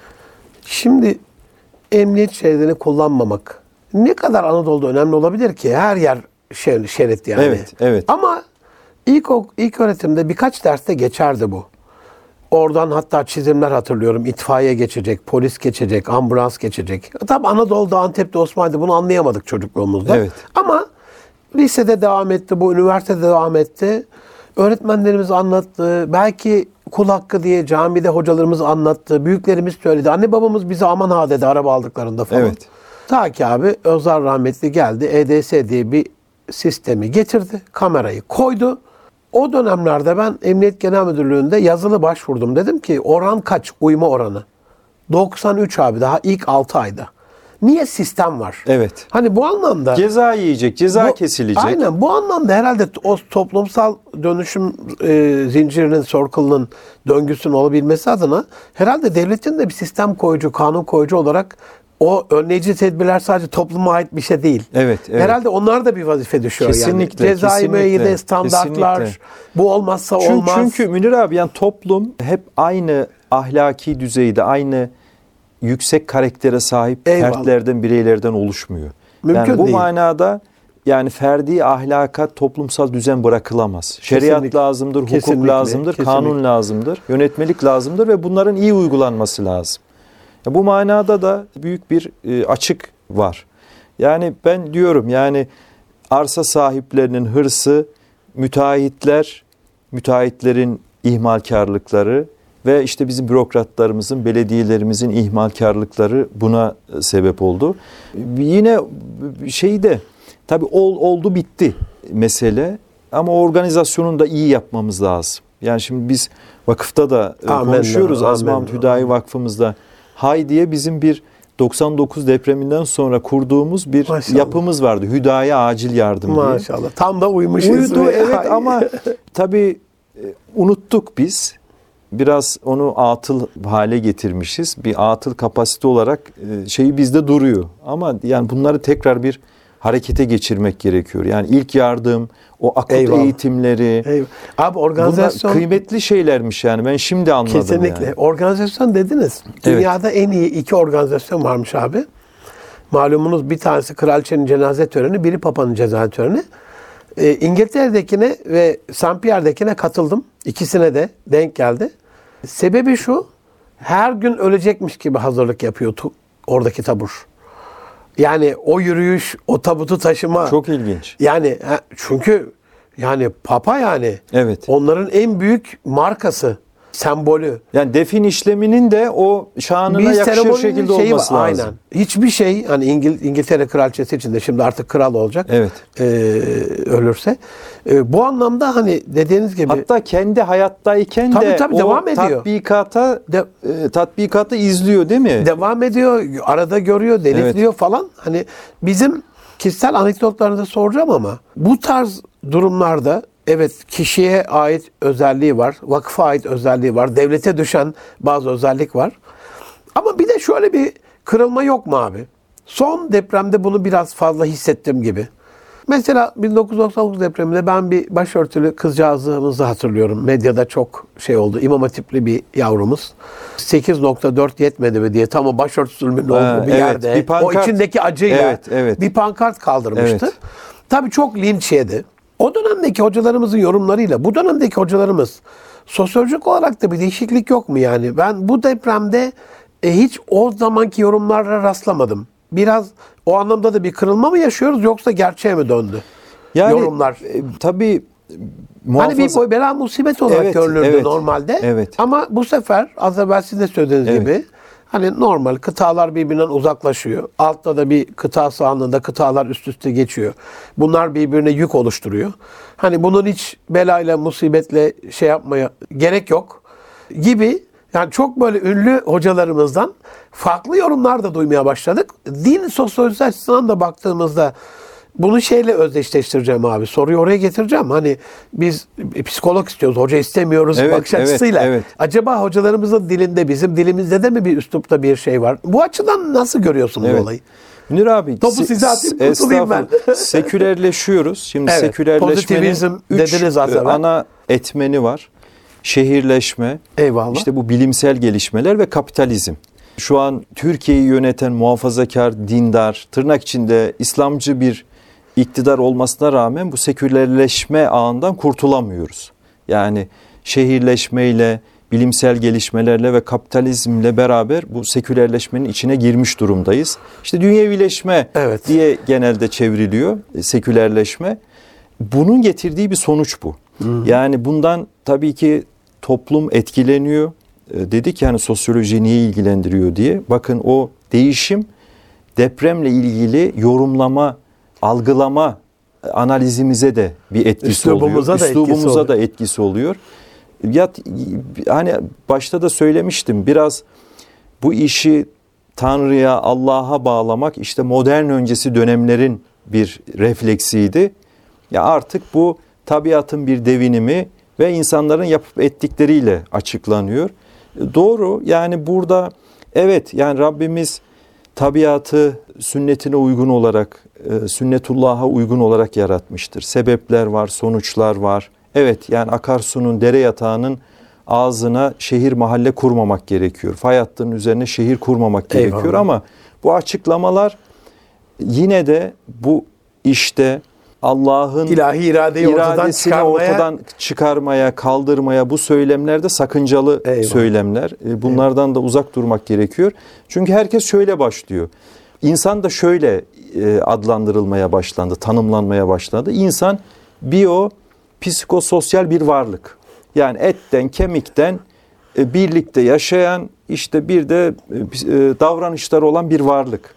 Şimdi emniyet şeridini kullanmamak ne kadar Anadolu'da önemli olabilir ki? Her yer şer- şerit yani. Evet, evet. Ama ilk, ilk öğretimde birkaç derste geçerdi bu. Oradan hatta çizimler hatırlıyorum. İtfaiye geçecek, polis geçecek, ambulans geçecek. Tabi Anadolu'da, Antep'te, Osmanlı'da bunu anlayamadık çocukluğumuzda. Evet. Ama lisede devam etti, bu üniversitede devam etti. Öğretmenlerimiz anlattı. Belki kul hakkı diye camide hocalarımız anlattı. Büyüklerimiz söyledi. Anne babamız bize aman ha dedi araba aldıklarında falan. Evet. Ta ki abi Özar rahmetli geldi. E D S diye bir sistemi getirdi. Kamerayı koydu. O dönemlerde ben Emniyet Genel Müdürlüğü'nde yazılı başvurdum. Dedim ki oran kaç? Uyma oranı. doksan üç abi, daha ilk altı ayda. Niye? Sistem var. Evet. Hani bu anlamda Ceza yiyecek, ceza bu- kesilecek. Aynen bu anlamda herhalde o toplumsal dönüşüm e, zincirinin, circle'ının, döngüsünün olabilmesi adına herhalde devletin de bir sistem koyucu, kanun koyucu olarak o önleyici tedbirler sadece topluma ait bir şey değil. Evet, evet. Herhalde onlar da bir vazife düşüyor Kesinlikle, yani. Cezai kesinlikle, müeyyide, standartlar, kesinlikle. bu olmazsa Çünkü, olmaz. çünkü Münir abi yani toplum hep aynı ahlaki düzeyde, aynı yüksek karaktere sahip Eyvallah. fertlerden, bireylerden oluşmuyor. Mümkün yani bu değil. manada yani ferdi ahlaka toplumsal düzen bırakılamaz. Şeriat Kesinlikle. lazımdır, hukuk Kesinlikle, lazımdır, kesinlikle. kanun lazımdır, yönetmelik lazımdır ve bunların iyi uygulanması lazım. Ya bu manada da büyük bir e, açık var. Yani ben diyorum yani arsa sahiplerinin hırsı, müteahhitler, müteahhitlerin ihmalkarlıkları ve işte bizim bürokratlarımızın, belediyelerimizin ihmalkarlıkları buna sebep oldu. Yine şeyde tabii ol, oldu bitti mesele ama organizasyonunu da iyi yapmamız lazım. Yani şimdi biz vakıfta da Amin, konuşuyoruz. amin, Azmi Mahmut Hüdayi amin. Vakfımızda Hay diye bizim bir doksan dokuz depreminden sonra kurduğumuz bir Maşallah. yapımız vardı. Hüdayi Acil Yardım diye. Maşallah. Tam da uymuş Uydu ismi. evet Ay. ama tabii e, unuttuk biz. Biraz onu atıl hale getirmişiz. Bir atıl kapasite olarak e, şeyi bizde duruyor. Ama yani bunları tekrar bir harekete geçirmek gerekiyor. Yani ilk yardım, o akut Eyvallah. eğitimleri. Eyvallah. Abi Bunlar organizasyon kıymetli şeylermiş yani. Ben şimdi anladım kesinlikle. yani. Organizasyon dediniz. Dünyada en iyi iki organizasyon varmış abi. Malumunuz bir tanesi Kraliçenin cenaze töreni, biri Papa'nın cenaze töreni. Ee, İngiltere'dekine ve Saint Pierre'dekine katıldım. İkisine de denk geldi. Sebebi şu, her gün ölecekmiş gibi hazırlık yapıyor tu- oradaki tabur. Yani o yürüyüş, o tabutu taşıma. Çok ilginç. Yani ha, çünkü yani Papa yani Evet. onların en büyük markası, sembolü. Yani defin işleminin de o şanına Bir yakışır seremoninin şekilde şeyi olması var, lazım. aynen. Hiçbir şey hani İngil- İngiltere kraliçesi için de şimdi artık kral olacak. Evet. e, ölürse. E, bu anlamda hani dediğiniz gibi Hatta kendi hayattayken Tabii, de tabii, o devam ediyor. tatbikata de, e, tatbikatı izliyor değil mi? devam ediyor, arada görüyor, denetliyor falan. Hani bizim kişisel anekdotlarını da soracağım ama bu tarz durumlarda evet kişiye ait özelliği var, vakıfa ait özelliği var, devlete düşen bazı özellik var. Ama bir de şöyle bir kırılma yok mu abi? Son depremde bunu biraz fazla hissettim gibi. Mesela bin dokuz yüz doksan dokuz depreminde ben bir başörtülü kızcağızımızı hatırlıyorum. Medyada çok şey oldu. İmam Hatipli bir yavrumuz. sekiz nokta dört yetmedi mi diye tam o başörtüsünün Ha, olduğu bir evet. yerde. Bir pankart. O içindeki acıyla Evet, evet. bir pankart kaldırmıştı. Evet. Tabii çok linç yedi. O dönemdeki hocalarımızın yorumlarıyla bu dönemdeki hocalarımız sosyolojik olarak da bir değişiklik yok mu yani? Ben bu depremde e, hiç o zamanki yorumlara rastlamadım. Biraz o anlamda da bir kırılma mı yaşıyoruz yoksa gerçeğe mi döndü? Yani Yorumlar. e, tabii Hani bir muhafaza... boy bela musibet olarak Evet, görülürdü evet, normalde. evet. Ama bu sefer az evvel siz de söylediğiniz Evet. gibi hani normal kıtalar birbirinden uzaklaşıyor. Altta da bir kıta sahanlığında kıtalar üst üste geçiyor. Bunlar birbirine yük oluşturuyor. Hani bunun hiç belayla, musibetle şey yapmaya gerek yok gibi. Yani çok böyle ünlü hocalarımızdan farklı yorumlar da duymaya başladık. Din sosyolojisi açısından da baktığımızda bunu şeyle özdeşleştireceğim abi. Soruyu oraya getireceğim. Hani biz psikolog istiyoruz, hoca istemiyoruz Evet, bakış evet, açısıyla. evet. Acaba hocalarımızın dilinde, bizim dilimizde de mi bir üslupta bir şey var? Bu açıdan nasıl görüyorsun bu Evet. olayı? Münir abi, Topu se- size atayım, kurtulayım ben. estağfurullah. Sekülerleşiyoruz. Şimdi Evet, sekülerleşmenin pozitivizm üç dediniz az e, evvel. ana etmeni var. Şehirleşme, Eyvallah. işte bu bilimsel gelişmeler ve kapitalizm. Şu an Türkiye'yi yöneten muhafazakar, dindar, tırnak içinde İslamcı bir iktidar olmasına rağmen bu sekülerleşme ağından kurtulamıyoruz. Yani şehirleşmeyle, bilimsel gelişmelerle ve kapitalizmle beraber bu sekülerleşmenin içine girmiş durumdayız. İşte dünyevileşme Evet. diye genelde çevriliyor e, sekülerleşme. Bunun getirdiği bir sonuç bu. Yani bundan tabii ki toplum etkileniyor. E, dedik yani sosyoloji niye ilgilendiriyor diye. Bakın o değişim depremle ilgili yorumlama, algılama analizimize de bir etkisi Üslubumuza oluyor. da etkisi Üslubumuza oluyor. da etkisi oluyor. Ya hani başta da söylemiştim, biraz bu işi Tanrı'ya, Allah'a bağlamak işte modern öncesi dönemlerin bir refleksiydi. Ya artık bu tabiatın bir devinimi ve insanların yapıp ettikleriyle açıklanıyor. Doğru, yani burada evet, yani Rabbimiz tabiatı sünnetine uygun olarak, sünnetullah'a uygun olarak yaratmıştır. Sebepler var, sonuçlar var. Evet, yani akarsunun, dere yatağının ağzına şehir mahalle kurmamak gerekiyor. Fay hattının üzerine şehir kurmamak gerekiyor. Eyvallah. Ama bu açıklamalar yine de bu işte Allah'ın İlahi iradeyi ortadan iradesini çıkarmaya ortadan çıkarmaya, kaldırmaya, bu söylemlerde sakıncalı Eyvallah. söylemler. Bunlardan da uzak durmak gerekiyor. Çünkü herkes şöyle başlıyor. İnsan da şöyle e, adlandırılmaya başlandı, tanımlanmaya başladı. İnsan biyo, psikososyal bir varlık. Yani etten, kemikten e, birlikte yaşayan, işte bir de e, davranışları olan bir varlık.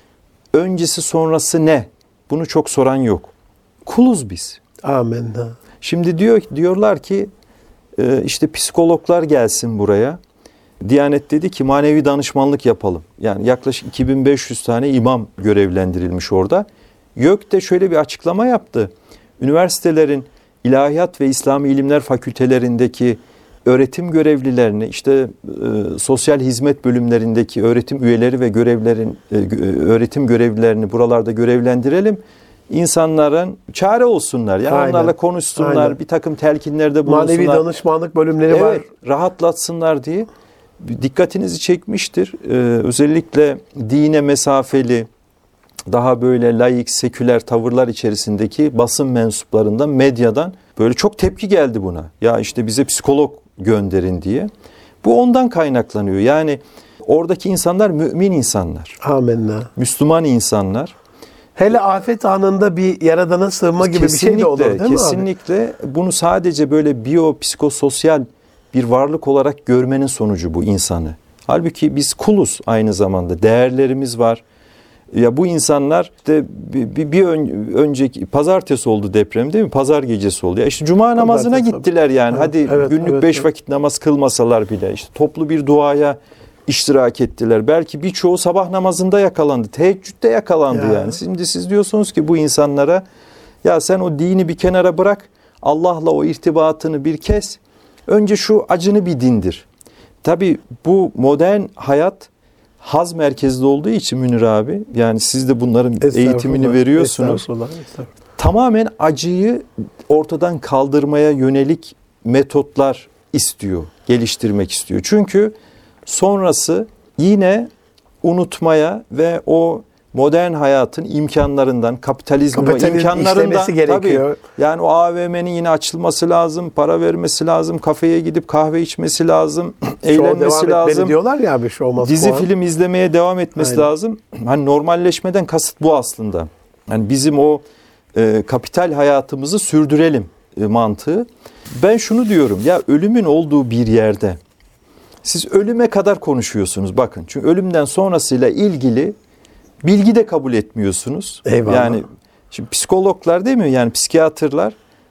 Öncesi sonrası ne? Bunu çok soran yok. Kuluz biz. Amenna. Şimdi diyor diyorlar ki e, işte psikologlar gelsin buraya. Diyanet dedi ki manevi danışmanlık yapalım. Yani yaklaşık iki bin beş yüz tane imam görevlendirilmiş orada. YÖK de şöyle bir açıklama yaptı. Üniversitelerin ilahiyat ve İslami ilimler fakültelerindeki öğretim görevlilerini, işte e, sosyal hizmet bölümlerindeki öğretim üyeleri ve görevlerin e, öğretim görevlilerini buralarda görevlendirelim. İnsanların çare olsunlar. Yani Aynen. onlarla konuşsunlar, Aynen. bir takım telkinlerde bulunsunlar. Manevi danışmanlık bölümleri Evet, var. rahatlatsınlar diye dikkatinizi çekmiştir. Ee, özellikle dine mesafeli, daha böyle laik, seküler tavırlar içerisindeki basın mensuplarından, medyadan böyle çok tepki geldi buna. Ya işte bize psikolog gönderin diye. Bu ondan kaynaklanıyor. Yani Oradaki insanlar mümin insanlar. Amenna. Müslüman insanlar. Hele afet anında bir yaradana sığınma gibi Kesinlikle, bir şey de olur değil mi abi? Kesinlikle. Bunu sadece böyle biyopsikososyal bir varlık olarak görmenin sonucu bu insanı. Halbuki biz kuluz aynı zamanda. Değerlerimiz var. Ya bu insanlar işte bir, bir, bir ön, önceki pazartesi oldu deprem değil mi? Pazar gecesi oldu. Ya işte cuma namazına gittiler yani. Evet, Hadi evet, günlük evet, beş evet. vakit namaz kılmasalar bile işte toplu bir duaya iştirak ettiler. Belki birçoğu sabah namazında yakalandı. Teheccüde yakalandı Ya. yani. Şimdi siz diyorsunuz ki bu insanlara ya sen o dini bir kenara bırak. Allah'la o irtibatını bir kes. Önce şu acını bir dindir. Tabii bu modern hayat haz merkezli olduğu için Münir abi, yani siz de bunların eğitimini veriyorsunuz. Estağfurullah, estağfurullah. Tamamen acıyı ortadan kaldırmaya yönelik metotlar istiyor, geliştirmek istiyor. Çünkü sonrası yine unutmaya ve o modern hayatın imkanlarından, kapitalizmin Kapitalizm imkanlarından işlemesi gerekiyor. tabii, yani o A V M'nin yine açılması lazım, para vermesi lazım, kafeye gidip kahve içmesi lazım, eğlenmesi lazım. Diyorlar ya abi, show must Dizi go on. film izlemeye devam etmesi Aynen. lazım. Hani normalleşmeden kasıt bu aslında. Yani bizim o e, kapital hayatımızı sürdürelim e, mantığı. Ben şunu diyorum ya, ölümün olduğu bir yerde siz ölüme kadar konuşuyorsunuz bakın. Çünkü ölümden sonrasıyla ilgili bilgi de kabul etmiyorsunuz. Eyvallah. Yani şimdi psikologlar değil mi? Yani psikiyatrlar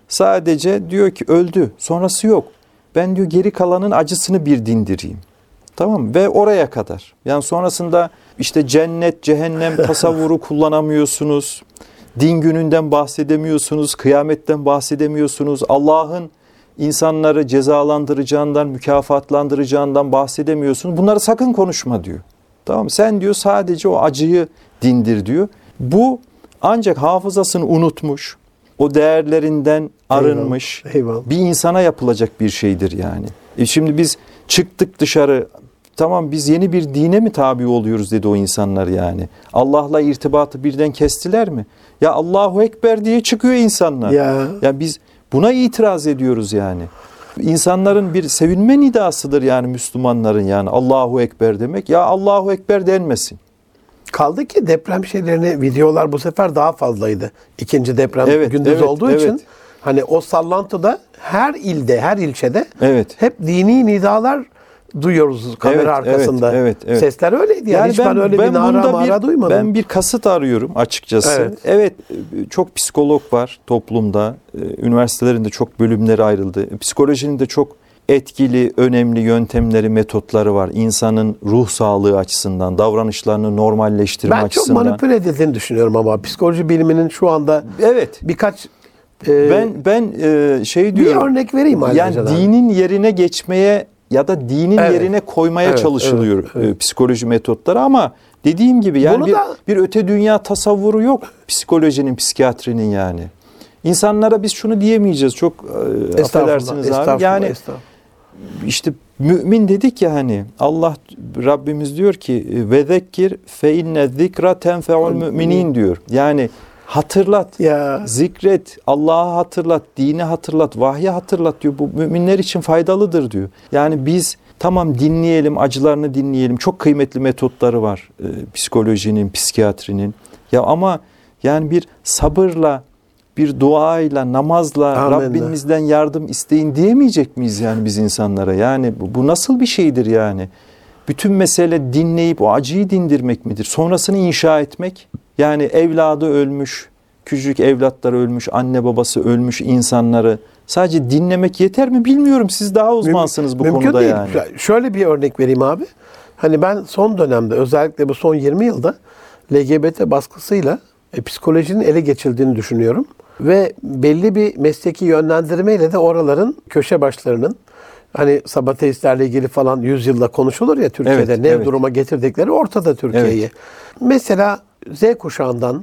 sadece diyor ki öldü, sonrası yok. Ben diyor geri kalanın acısını bir dindireyim. Tamam mı? Ve oraya kadar. Yani sonrasında işte cennet, cehennem tasavvuru kullanamıyorsunuz. Din gününden bahsedemiyorsunuz, kıyametten bahsedemiyorsunuz. Allah'ın insanları cezalandıracağından, mükafatlandıracağından bahsedemiyorsunuz. Bunları sakın konuşma diyor. Tamam mı? Sen diyor sadece o acıyı dindir diyor. Bu ancak hafızasını unutmuş, o değerlerinden arınmış Eyvallah, eyvallah. bir insana yapılacak bir şeydir yani. E şimdi biz çıktık dışarı, tamam biz yeni bir dine mi tabi oluyoruz dedi o insanlar yani. Allah'la irtibatı birden kestiler mi? Ya Allahu Ekber diye çıkıyor insanlar. Ya. Ya biz buna itiraz ediyoruz yani. İnsanların bir sevinme nidasıdır yani Müslümanların, yani Allahu Ekber demek. Ya Allahu Ekber denmesin. Kaldı ki deprem şeylerini, videolar bu sefer daha fazlaydı. İkinci deprem Evet, gündüz evet, olduğu evet. için hani o sallantıda her ilde, her ilçede Evet. hep dini nidalar duyuyoruz kamera Evet, arkasında. evet, evet, evet. Sesler öyleydi yani, hiç ben, öyle bir nara bunda mara duymadım. Ben bir kasıt arıyorum açıkçası. Evet. Evet, çok psikolog var toplumda. Üniversitelerin de çok bölümleri ayrıldı. Psikolojinin de çok etkili, önemli yöntemleri, metotları var. İnsanın ruh sağlığı açısından, davranışlarını normalleştirme ben açısından. çok manipüle edildiğini düşünüyorum ama psikoloji biliminin şu anda Evet. birkaç e, Ben ben e, şey bir diyorum. örnek vereyim Ali Yani Can abi. dinin yerine geçmeye ya da dinin Evet. yerine koymaya Evet, çalışılıyor evet, evet. e, psikoloji metotları, ama dediğim gibi yani Bunu bir, da- bir öte dünya tasavvuru yok psikolojinin, psikiyatrinin yani. İnsanlara biz şunu diyemeyeceğiz, çok e, Estağfurullah, affedersiniz abi. estağfurullah, Yani estağfurullah. işte mümin dedik ya hani, Allah Rabbimiz diyor ki ve zekkir fe inne zikra tenfeul müminin diyor. Yani hatırlat, Ya. zikret, Allah'ı hatırlat, dini hatırlat, vahyi hatırlat diyor. Bu müminler için faydalıdır diyor. Yani biz tamam dinleyelim, acılarını dinleyelim. Çok kıymetli metotları var e, psikolojinin, psikiyatrinin. Ya ama yani bir sabırla, bir duayla, namazla Amenna. Rabbimizden yardım isteyin diyemeyecek miyiz yani biz insanlara? Yani bu, bu nasıl bir şeydir yani? Bütün mesele dinleyip o acıyı dindirmek midir? Sonrasını inşa etmek. Yani evladı ölmüş, küçük evlatlar ölmüş, anne babası ölmüş insanları sadece dinlemek yeter mi bilmiyorum. Siz daha uzmansınız bu Mümkün konuda değil. yani. Şöyle bir örnek vereyim abi. Hani ben son dönemde, özellikle bu son yirmi yılda L G B T baskısıyla e, psikolojinin ele geçildiğini düşünüyorum. Ve belli bir mesleki yönlendirmeyle de oraların köşe başlarının, hani Sabateistlerle ilgili falan yüzyılda konuşulur ya Türkiye'de, Evet, ne evet. duruma getirdikleri ortada Türkiye'yi. Evet. Mesela Z kuşağından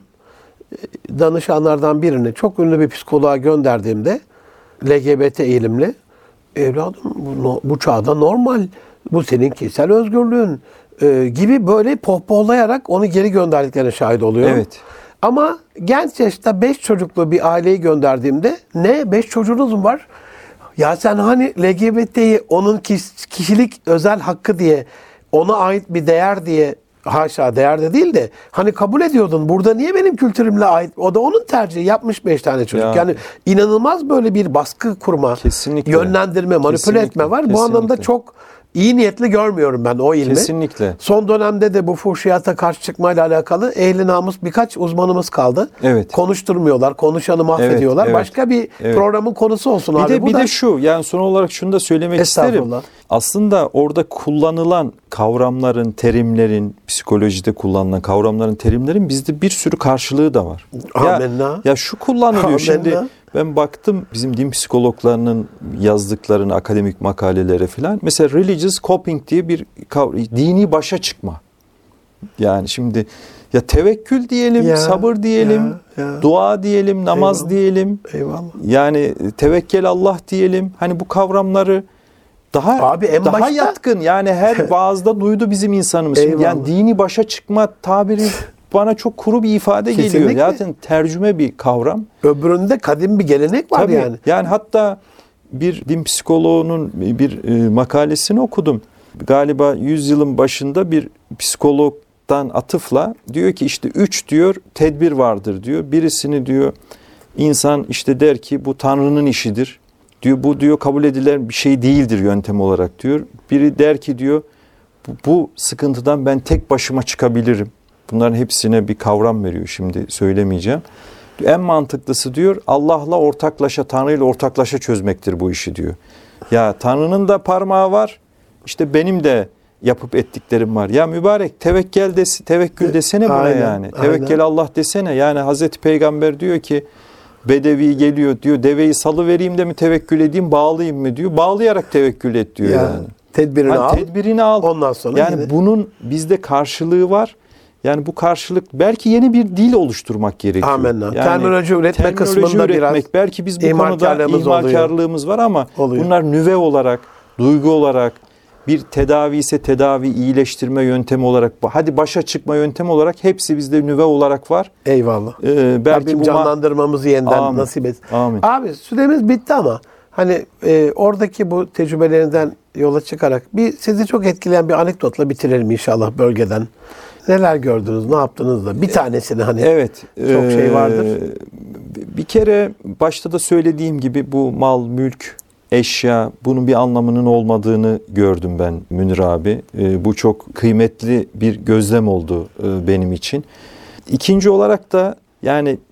e, danışanlardan birini çok ünlü bir psikoloğa gönderdiğimde, L G B T eğilimli, evladım bu, no- bu çağda normal, bu senin kişisel özgürlüğün e, gibi böyle pohpohlayarak onu geri gönderdiklerine şahit oluyorum. Evet. Ama genç yaşta beş çocuklu bir aileyi gönderdiğimde, ne beş çocuğunuz mu var? Ya sen hani L G B T'yi onun kiş- kişilik özel hakkı diye ona ait bir değer diye, haşa değer de değil de hani kabul ediyordun. Burada niye benim kültürümle ait? O da onun tercihi. Yapmış beş tane çocuk. Ya. Yani inanılmaz böyle bir baskı kurma, Kesinlikle. yönlendirme, manipüle Kesinlikle. etme var. Bu Kesinlikle. anlamda çok iyi niyetli görmüyorum ben o ilmi. Kesinlikle. Son dönemde de bu fuhşiyata karşı çıkmayla alakalı ehli namus birkaç uzmanımız kaldı. Evet. Konuşturmuyorlar, konuşanı mahvediyorlar. Evet, evet. Başka bir Evet. programın konusu olsun Bir abi. de Bu bir da de şu, yani son olarak şunu da söylemek isterim. Estağfurullah. Aslında orada kullanılan kavramların, terimlerin, psikolojide kullanılan kavramların, terimlerin bizde bir sürü karşılığı da var. Ya, Amenna. ya şu kullanılıyor Amenna. şimdi. Ben baktım bizim din psikologlarının yazdıklarını, akademik makalelere falan. Mesela religious coping diye bir kav- dini başa çıkma. Yani şimdi ya tevekkül diyelim, Ya, sabır diyelim, ya, ya. dua diyelim, namaz Eyvallah. diyelim. Eyvallah. Yani tevekkel Allah diyelim. Hani bu kavramları daha Abi en daha başta- yatkın. Yani her vaazda duydu bizim insanımız. Şimdi Eyvallah. yani dini başa çıkma tabiri bana çok kuru bir ifade geliyor. Kesinlikle. Zaten tercüme bir kavram. Öbüründe kadim bir gelenek var Tabii. yani. Yani hatta bir din psikoloğunun bir e, makalesini okudum. Galiba yüzyılın başında bir psikologdan atıfla diyor ki işte üç diyor tedbir vardır diyor. Birisini diyor insan işte der ki bu Tanrı'nın işidir. Diyor bu diyor kabul edilen bir şey değildir yöntem olarak diyor. Biri der ki diyor bu, bu sıkıntıdan ben tek başıma çıkabilirim. Bunların hepsine bir kavram veriyor, şimdi söylemeyeceğim. En mantıklısı diyor Allah'la ortaklaşa, Tanrı'yla ortaklaşa çözmektir bu işi diyor. Ya Tanrı'nın da parmağı var, işte benim de yapıp ettiklerim var. Ya mübarek tevekkül, des tevekkül desene buna Aynen, yani. aynen. Tevekkül Allah desene. Yani Hazreti Peygamber diyor ki Bedevi geliyor diyor deveyi salı vereyim de mi tevekkül edeyim, bağlayayım mı diyor. Bağlayarak tevekkül et diyor Ya, yani. Tedbirini Hani al. tedbirini al. Ondan sonra yani yine- bunun bizde karşılığı var. Yani bu karşılık belki yeni bir dil oluşturmak gerekiyor. Amenna. Yani Terminoloji üretme terminoloji kısmında üretmek, biraz belki biz bu konuda ihmalkarlığımız oluyor. ihmalkarlığımız var ama Oluyor. bunlar nüve olarak, duygu olarak, bir tedavi ise tedavi, iyileştirme yöntemi olarak, hadi başa çıkma yöntemi olarak hepsi bizde nüve olarak var. Eyvallah. Ee, belki Rabbim bu ma- canlandırmamızı yeniden Amin. nasip etsin. Amin. Abi süremiz bitti ama hani e, oradaki bu tecrübelerinden yola çıkarak bir sizi çok etkileyen bir anekdotla bitirelim inşallah bölgeden. Neler gördünüz, ne yaptınız da bir tanesini hani Evet. çok şey vardır. Ee, Bir kere başta da söylediğim gibi bu mal, mülk, eşya, bunun bir anlamının olmadığını gördüm ben Münir abi. Ee, bu çok kıymetli bir gözlem oldu e, benim için. İkinci olarak da yani e,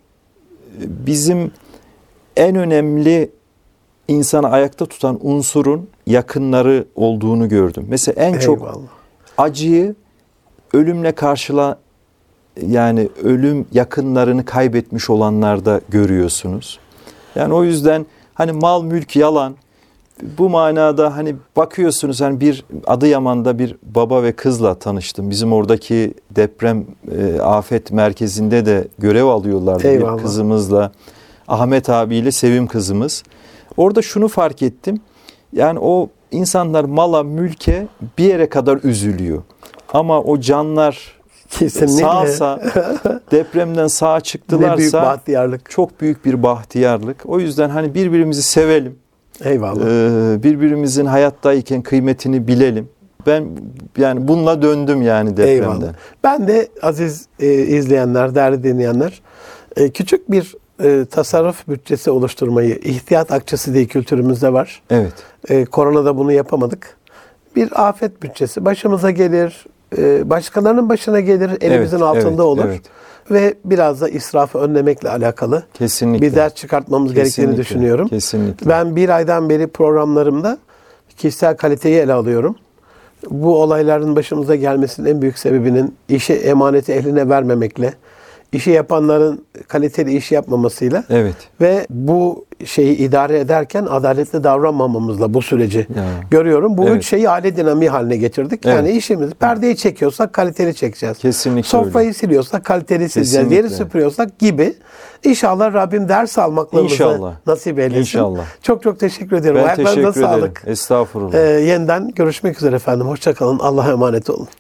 bizim en önemli insanı ayakta tutan unsurun yakınları olduğunu gördüm. Mesela en çok Eyvallah. acıyı ölümle karşıla, yani ölüm yakınlarını kaybetmiş olanlarda görüyorsunuz. Yani o yüzden hani mal mülk yalan, bu manada hani bakıyorsunuz, hani bir Adıyaman'da bir baba ve kızla tanıştım. Bizim oradaki deprem e, afet merkezinde de görev alıyorlardı. Eyvallah. Bir kızımızla, Ahmet abiyle Sevim kızımız. Orada şunu fark ettim. Yani o insanlar mala, mülke bir yere kadar üzülüyor. Ama o canlar Kesinlikle. sağsa, depremden sağ Ne büyük çıktılarsa bahtiyarlık. çok büyük bir bahtiyarlık. O yüzden hani birbirimizi sevelim. Eyvallah. Ee, birbirimizin hayattayken kıymetini bilelim. Ben yani bununla döndüm yani depremden. Eyvallah. Ben de aziz e, izleyenler, değerli dinleyenler, e, küçük bir e, tasarruf bütçesi oluşturmayı, ihtiyat akçesi diye kültürümüzde var. Evet. E, koronada bunu yapamadık. Bir afet bütçesi başımıza gelir, e, başkalarının başına gelir, elimizin Evet, altında evet, olur. evet. Ve biraz da israfı önlemekle alakalı Kesinlikle. bir ders çıkartmamız gerektiğini Kesinlikle, düşünüyorum. Kesinlikle. Ben bir aydan beri programlarımda kişisel kaliteyi ele alıyorum. Bu olayların başımıza gelmesinin en büyük sebebinin işi emaneti ehline vermemekle, işi yapanların kaliteli iş yapmamasıyla Evet. ve bu şeyi idare ederken adaletli davranmamamızla bu süreci Ya. görüyorum. Bu Evet. üç şeyi aile dinamiği haline getirdik. Evet. Yani işimizi, perdeyi çekiyorsak kaliteli çekeceğiz. Kesinlikle Sofrayı öyle. siliyorsak kaliteli sileceğiz. Kesinlikle. Yeri süpürüyorsak gibi. İnşallah Rabbim ders almaklarımızı İnşallah. nasip eylesin. İnşallah. Çok çok teşekkür ediyorum. Ben Ayaklarınıza teşekkür ederim. sağlık. Estağfurullah. Ee, yeniden görüşmek üzere efendim. Hoşça kalın. Allah'a emanet olun.